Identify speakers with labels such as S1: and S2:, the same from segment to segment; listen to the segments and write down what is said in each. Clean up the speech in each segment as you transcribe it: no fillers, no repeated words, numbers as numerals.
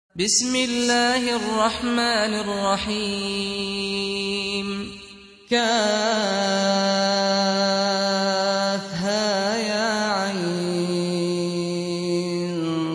S1: بسم الله الرحمن الرحيم كافها يا عين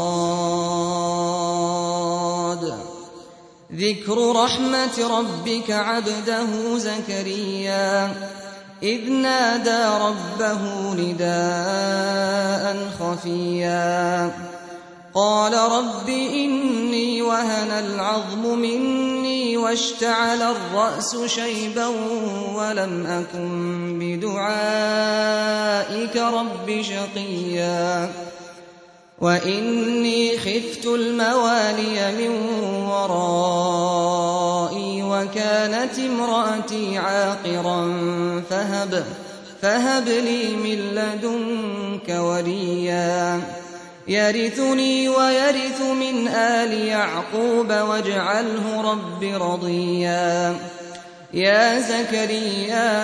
S1: صاد ذكر رحمة ربك عبده زكريا إذ نادى ربه نداء خفيا قال رب إني وهن العظم مني واشتعل الرأس شيبا ولم أكن بدعائك رب شقيا وإني خفت الموالي من ورائي وكانت امرأتي عاقرا فهب لي من لدنك وليا يرثني ويرث من آل يعقوب واجعله رب رضيا يا زكريا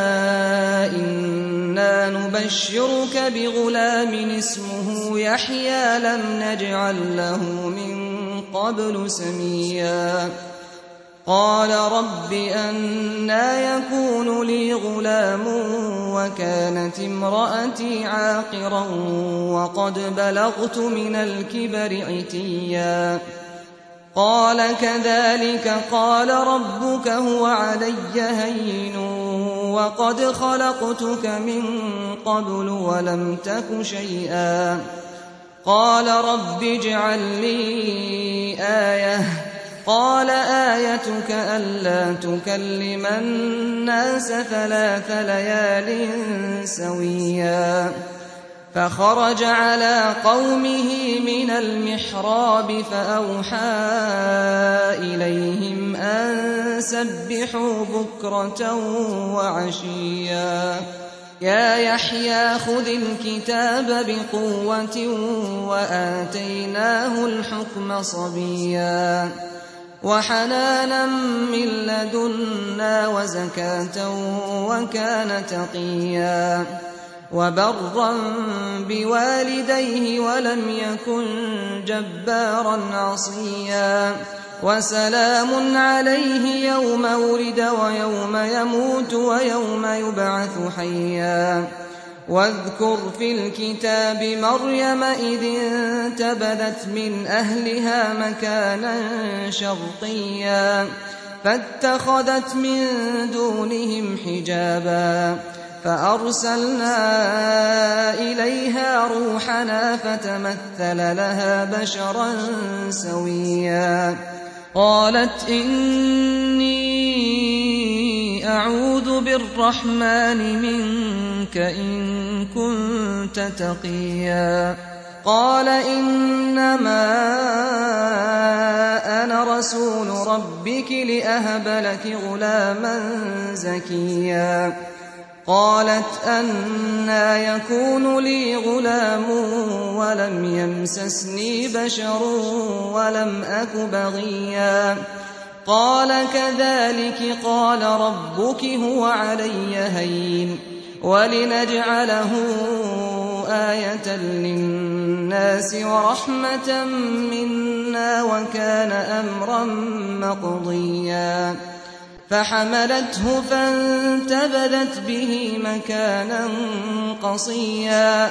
S1: إنا نبشرك بغلام اسمه يحيى لم نجعل له من قبل سميا قال رب أنى يكون لي غلام وكانت امرأتي عاقرا وقد بلغت من الكبر عتيا قال كذلك قال ربك هو علي هين وقد خلقتك من قبل ولم تك شيئا قال رب اجعل لي آية قال آيتك ألا تكلم الناس 3 ليال سويا فخرج على قومه من المحراب فأوحى إليهم أن سبحوا بكرة وعشيا يا يحيى خذ الكتاب بقوة وآتيناه الحكم صبيا وحنانا من لدنا وزكاة وكان تقيا وبرا بوالديه ولم يكن جبارا عصيا وسلام عليه يوم ولد ويوم يموت ويوم يبعث حيا واذكر في الكتاب مريم إذ انتبذت من أهلها مكانا شرقيا فاتخذت من دونهم حجابا فأرسلنا إليها روحنا فتمثل لها بشرا سويا قالت إني أعوذ بالرحمن منك إن كنت تقيا قال إنما أنا رسول ربك لأهب لك غلاما زكيا قالت أنى يكون لي غلام ولم يمسسني بشر ولم أك بغيا قال كذلك قال ربك هو علي هين ولنجعله آية للناس ورحمة منا وكان أمرا مقضيا فحملته فانتبذت به مكانا قصيا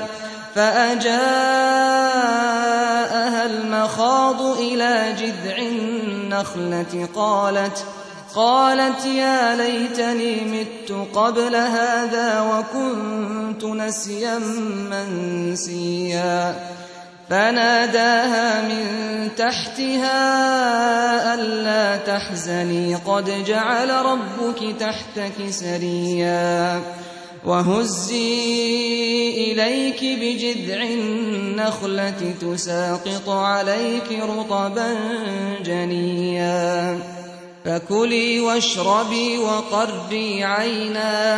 S1: فأجاءها المخاض إلى جذع النخلة قالت يا ليتني مت قبل هذا وكنت نسيا منسيا فناداها من تحتها ألا تحزني قد جعل ربك تحتك سريا وهزي إليك بجذع النخلة تساقط عليك رطبا جنيا فكلي واشربي وقري عينا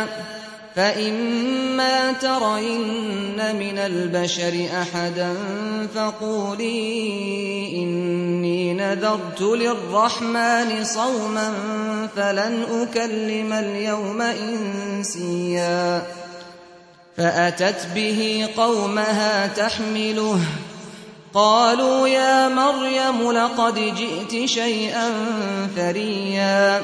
S1: فإما ترين من البشر أحدا فقولي إني نذرت للرحمن صوما فلن أكلم اليوم إنسيا فأتت به قومها تحمله قالوا يا مريم لقد جئت شيئا فريا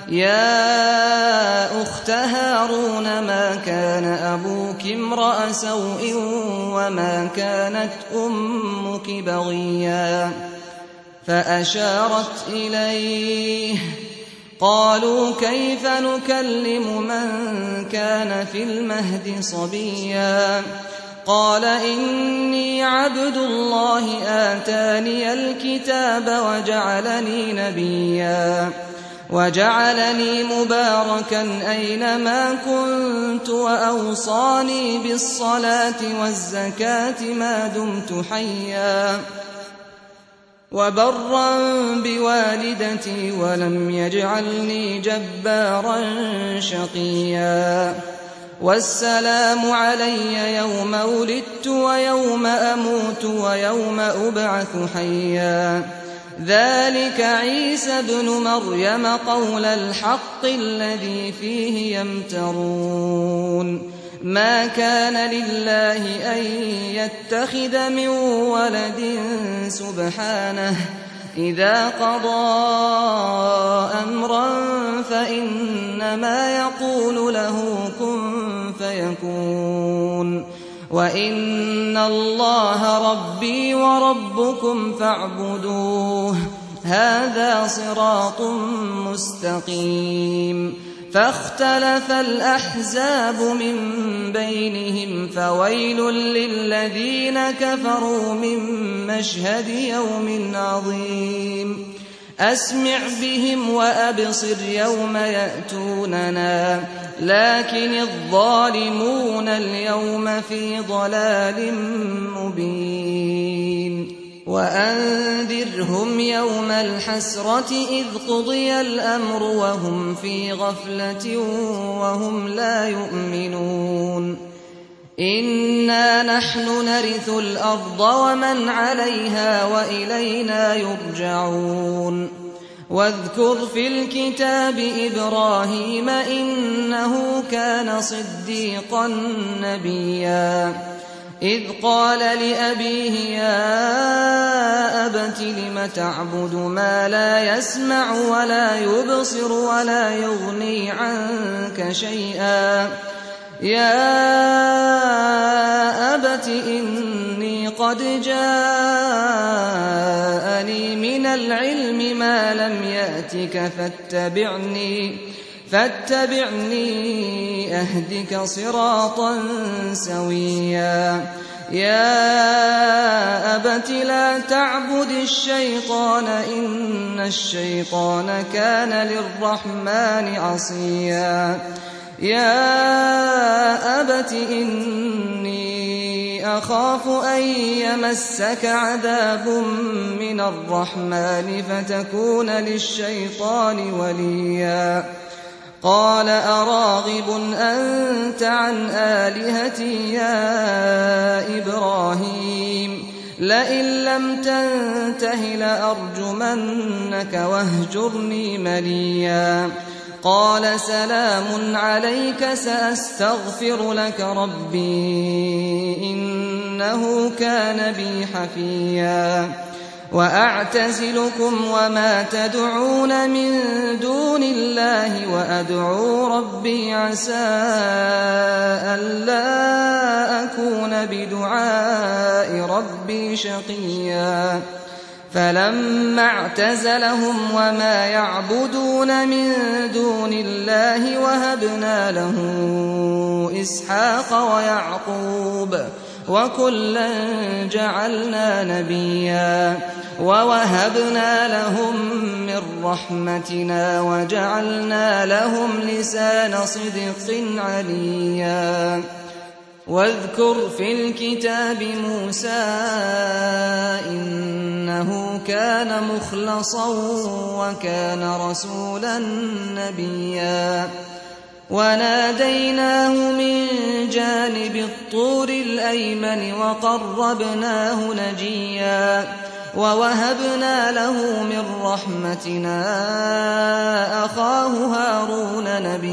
S1: يا أخت هارون ما كان أبوك امرأ سوء وما كانت أمك بغيا فأشارت إليه قالوا كيف نكلم من كان في المهد صبيا قال إني عبد الله آتاني الكتاب وجعلني نبيا وجعلني مباركا أينما كنت وأوصاني بالصلاة والزكاة ما دمت حيا وبرا بوالدتي ولم يجعلني جبارا شقيا والسلام علي يوم ولدت ويوم أموت ويوم أبعث حيا ذلك عيسى ابن مريم قول الحق الذي فيه يمترون ما كان لله أن يتخذ من ولد سبحانه إذا قضى أمرا فإنما يقول له كن فيكون وإن الله ربي وربكم فاعبدوه هذا صراط مستقيم فاختلف الأحزاب من بينهم فويل للذين كفروا من مشهد يوم عظيم أسمع بهم وأبصر يوم يأتوننا لكن الظالمون اليوم في ضلال مبين وأنذرهم يوم الحسرة إذ قضي الأمر وهم في غفلة وهم لا يؤمنون إنا نحن نرث الأرض ومن عليها وإلينا يرجعون واذكر في الكتاب إبراهيم إنه كان صديقا نبيا إذ قال لأبيه يا أبت لم تعبد ما لا يسمع ولا يبصر ولا يغني عنك شيئا يا أبت إني قد جاءني من العلم ما لم يأتك فاتبعني أهدك صراطا سويا يا أبت لا تعبد الشيطان إن الشيطان كان للرحمن عصيا يا أبت إني أخاف أن يمسك عذاب من الرحمن فتكون للشيطان وليا قال أراغب أنت عن آلهتي يا إبراهيم لئن لم تنته لأرجمنك واهجرني مليا قال سلام عليك سأستغفر لك ربي إنه كان بي حفيا وأعتزلكم وما تدعون من دون الله وأدعو ربي عسى ألا أكون بدعاء ربي شقيا فلما اعتزلهم وما يعبدون من دون الله وهبنا له إسحاق ويعقوب وكلا جعلنا نبيا ووهبنا لهم من رحمتنا وجعلنا لهم لسان صدق عليا واذكر في الكتاب موسى إنه كان مخلصا وكان رسولا نبيا وناديناه من جانب الطور الأيمن وقربناه نجيا ووهبنا له من رحمتنا أخاه هارون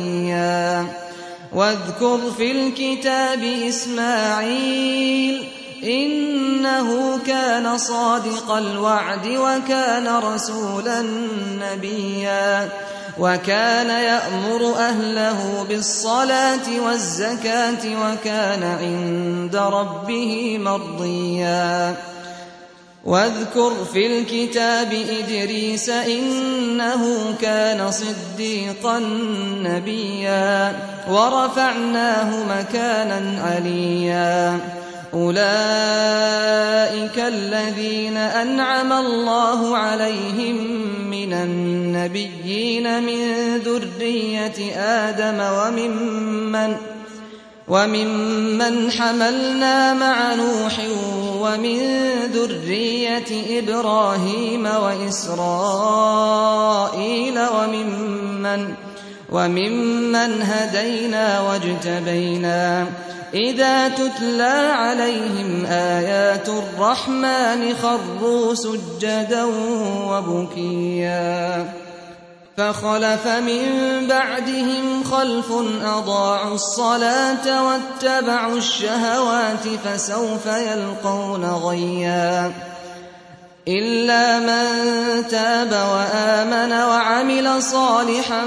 S1: نبيا واذكر في الكتاب إسماعيل إنه كان صادق الوعد وكان رسولا نبيا وكان يأمر أهله بالصلاة والزكاة وكان عند ربه مرضيا واذكر في الكتاب إدريس إنه كان صديقا نبيا ورفعناه مكانا عليا أولئك الذين أنعم الله عليهم من النبيين من ذرية آدم وممن حملنا مع نوح ومن ذرية إبراهيم وإسرائيل وممن هدينا واجتبينا إذا تتلى عليهم آيات الرحمن خروا سجدا وبكيا فخلف من بعدهم خلف أضاعوا الصلاة واتبعوا الشهوات فسوف يلقون غيا إلا من تاب وآمن وعمل صالحا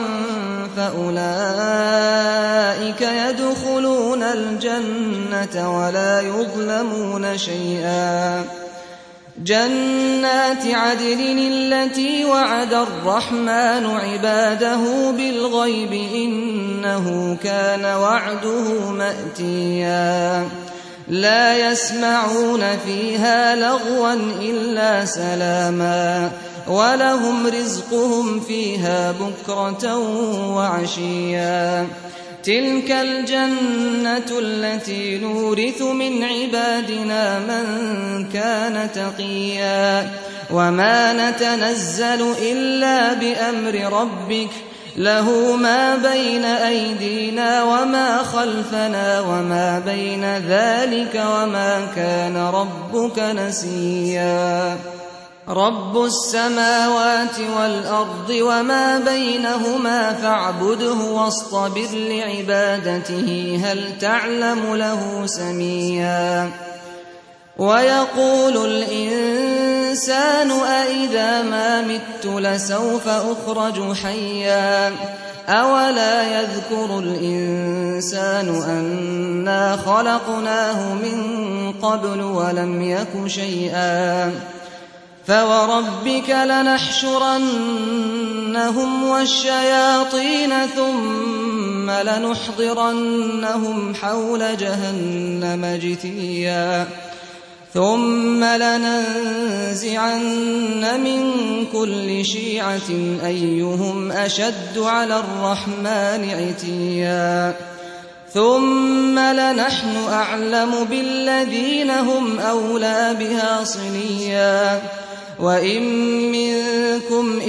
S1: فأولئك يدخلون الجنة ولا يظلمون شيئا جنات عدن التي وعد الرحمن عباده بالغيب إنه كان وعده مأتيا لا يسمعون فيها لغوا إلا سلاما ولهم رزقهم فيها بكرة وعشيا تلك الجنة التي نورث من عبادنا من كان تقيا وما نتنزل إلا بأمر ربك له ما بين أيدينا وما خلفنا وما بين ذلك وما كان ربك نسيا رب السماوات والأرض وما بينهما فاعبده واصطبر لعبادته هل تعلم له سميا ويقول الإنسان أإذا ما مت لسوف أخرج حيا أولا يذكر الإنسان أنا خلقناه من قبل ولم يك شيئا فوربك لنحشرنهم والشياطين ثم لنحضرنهم حول جهنم جثيا ثم لننزعن من كل شيعة أيهم أشد على الرحمن عتيا ثم لنحن أعلم بالذين هم أولى بها صليا وإن منكم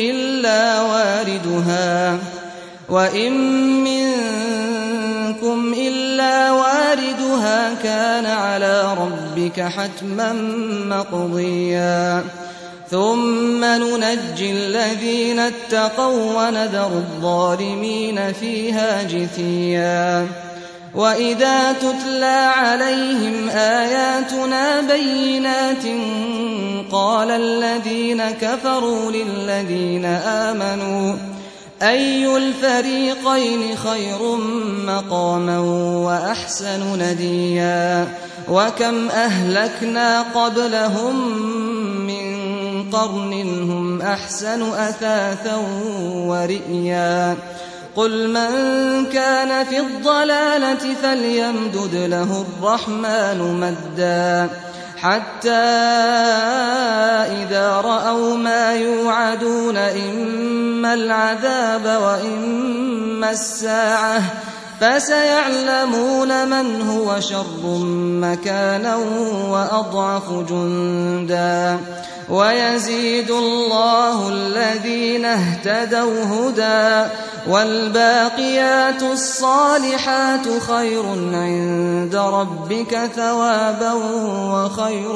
S1: إلا واردها كان على ربك حتما مقضيا ثم ننجي الذين اتقوا ونذر الظالمين فيها جثيا وإذا تتلى عليهم آياتنا بينات قال الذين كفروا للذين آمنوا أي الفريقين خير مقاما وأحسن نديا وكم أهلكنا قبلهم من قرن هم أحسن أثاثا ورئيا قل من كان في الضلالة فليمدد له الرحمن مدا حتى إذا رأوا ما يوعدون إما العذاب وإما الساعة فسيعلمون من هو شر مكانا وأضعف جندا ويزيد الله الذين اهتدوا هدى والباقيات الصالحات خير عند ربك ثوابا وخير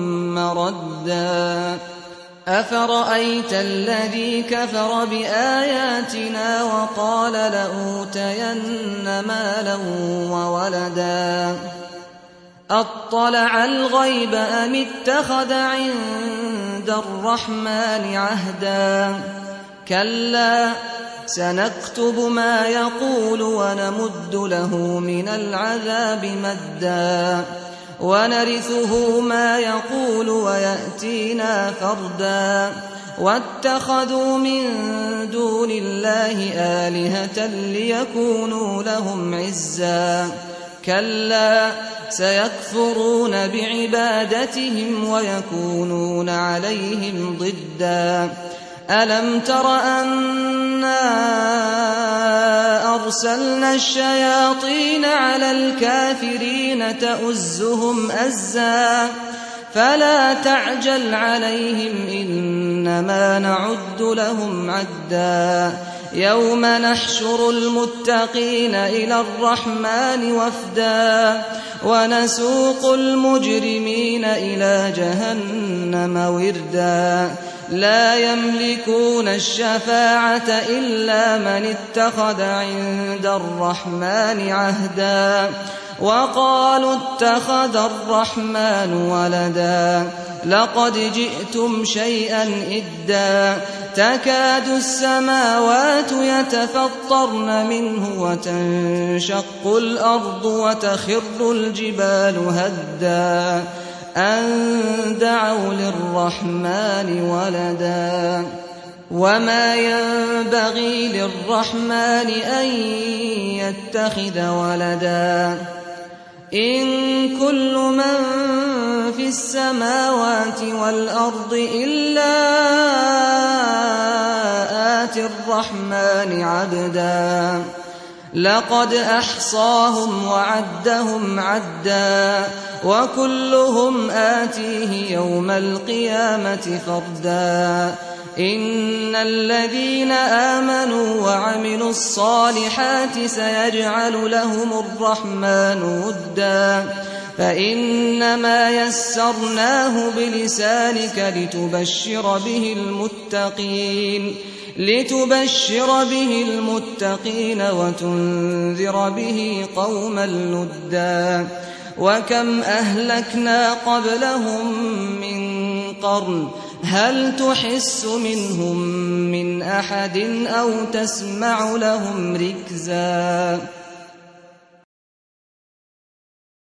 S1: مردا أفرأيت الذي كفر بآياتنا وقال لأوتين مالا وولدا أطلع الغيب أم اتخذ عند الرحمن عهدا كلا سنكتب ما يقول ونمد له من العذاب مدا ونرثه ما يقول ويأتينا فردا واتخذوا من دون الله آلهة ليكونوا لهم عزا كلا سيكفرون بعبادتهم ويكونون عليهم ضدا ألم تر أنا أرسلنا الشياطين على الكافرين تؤزهم أزا فلا تعجل عليهم إنما نعد لهم عدا يوم نحشر المتقين إلى الرحمن وفدا ونسوق المجرمين إلى جهنم وردا لا يملكون الشفاعة إلا من اتخذ عند الرحمن عهدا وقالوا اتخذ الرحمن ولدا لقد جئتم شيئا إدا تكاد السماوات يتفطرن منه وتنشق الأرض وتخر الجبال هدا أن دعوا للرحمن ولدا وما ينبغي للرحمن أن يتخذ ولدا إن كل من في السماوات والأرض إلا آتي الرحمن عبدا لقد أحصاهم وعدهم عدا وكلهم آتيه يوم القيامة فردا إن الذين آمنوا وعملوا الصالحات سيجعل لهم الرحمن ودا فإنما يسرناه بلسانك لتبشر به المتقين وتنذر به قوما لدا وكم أهلكنا قبلهم من قرن هل تحس منهم من أحد أو تسمع لهم ركزا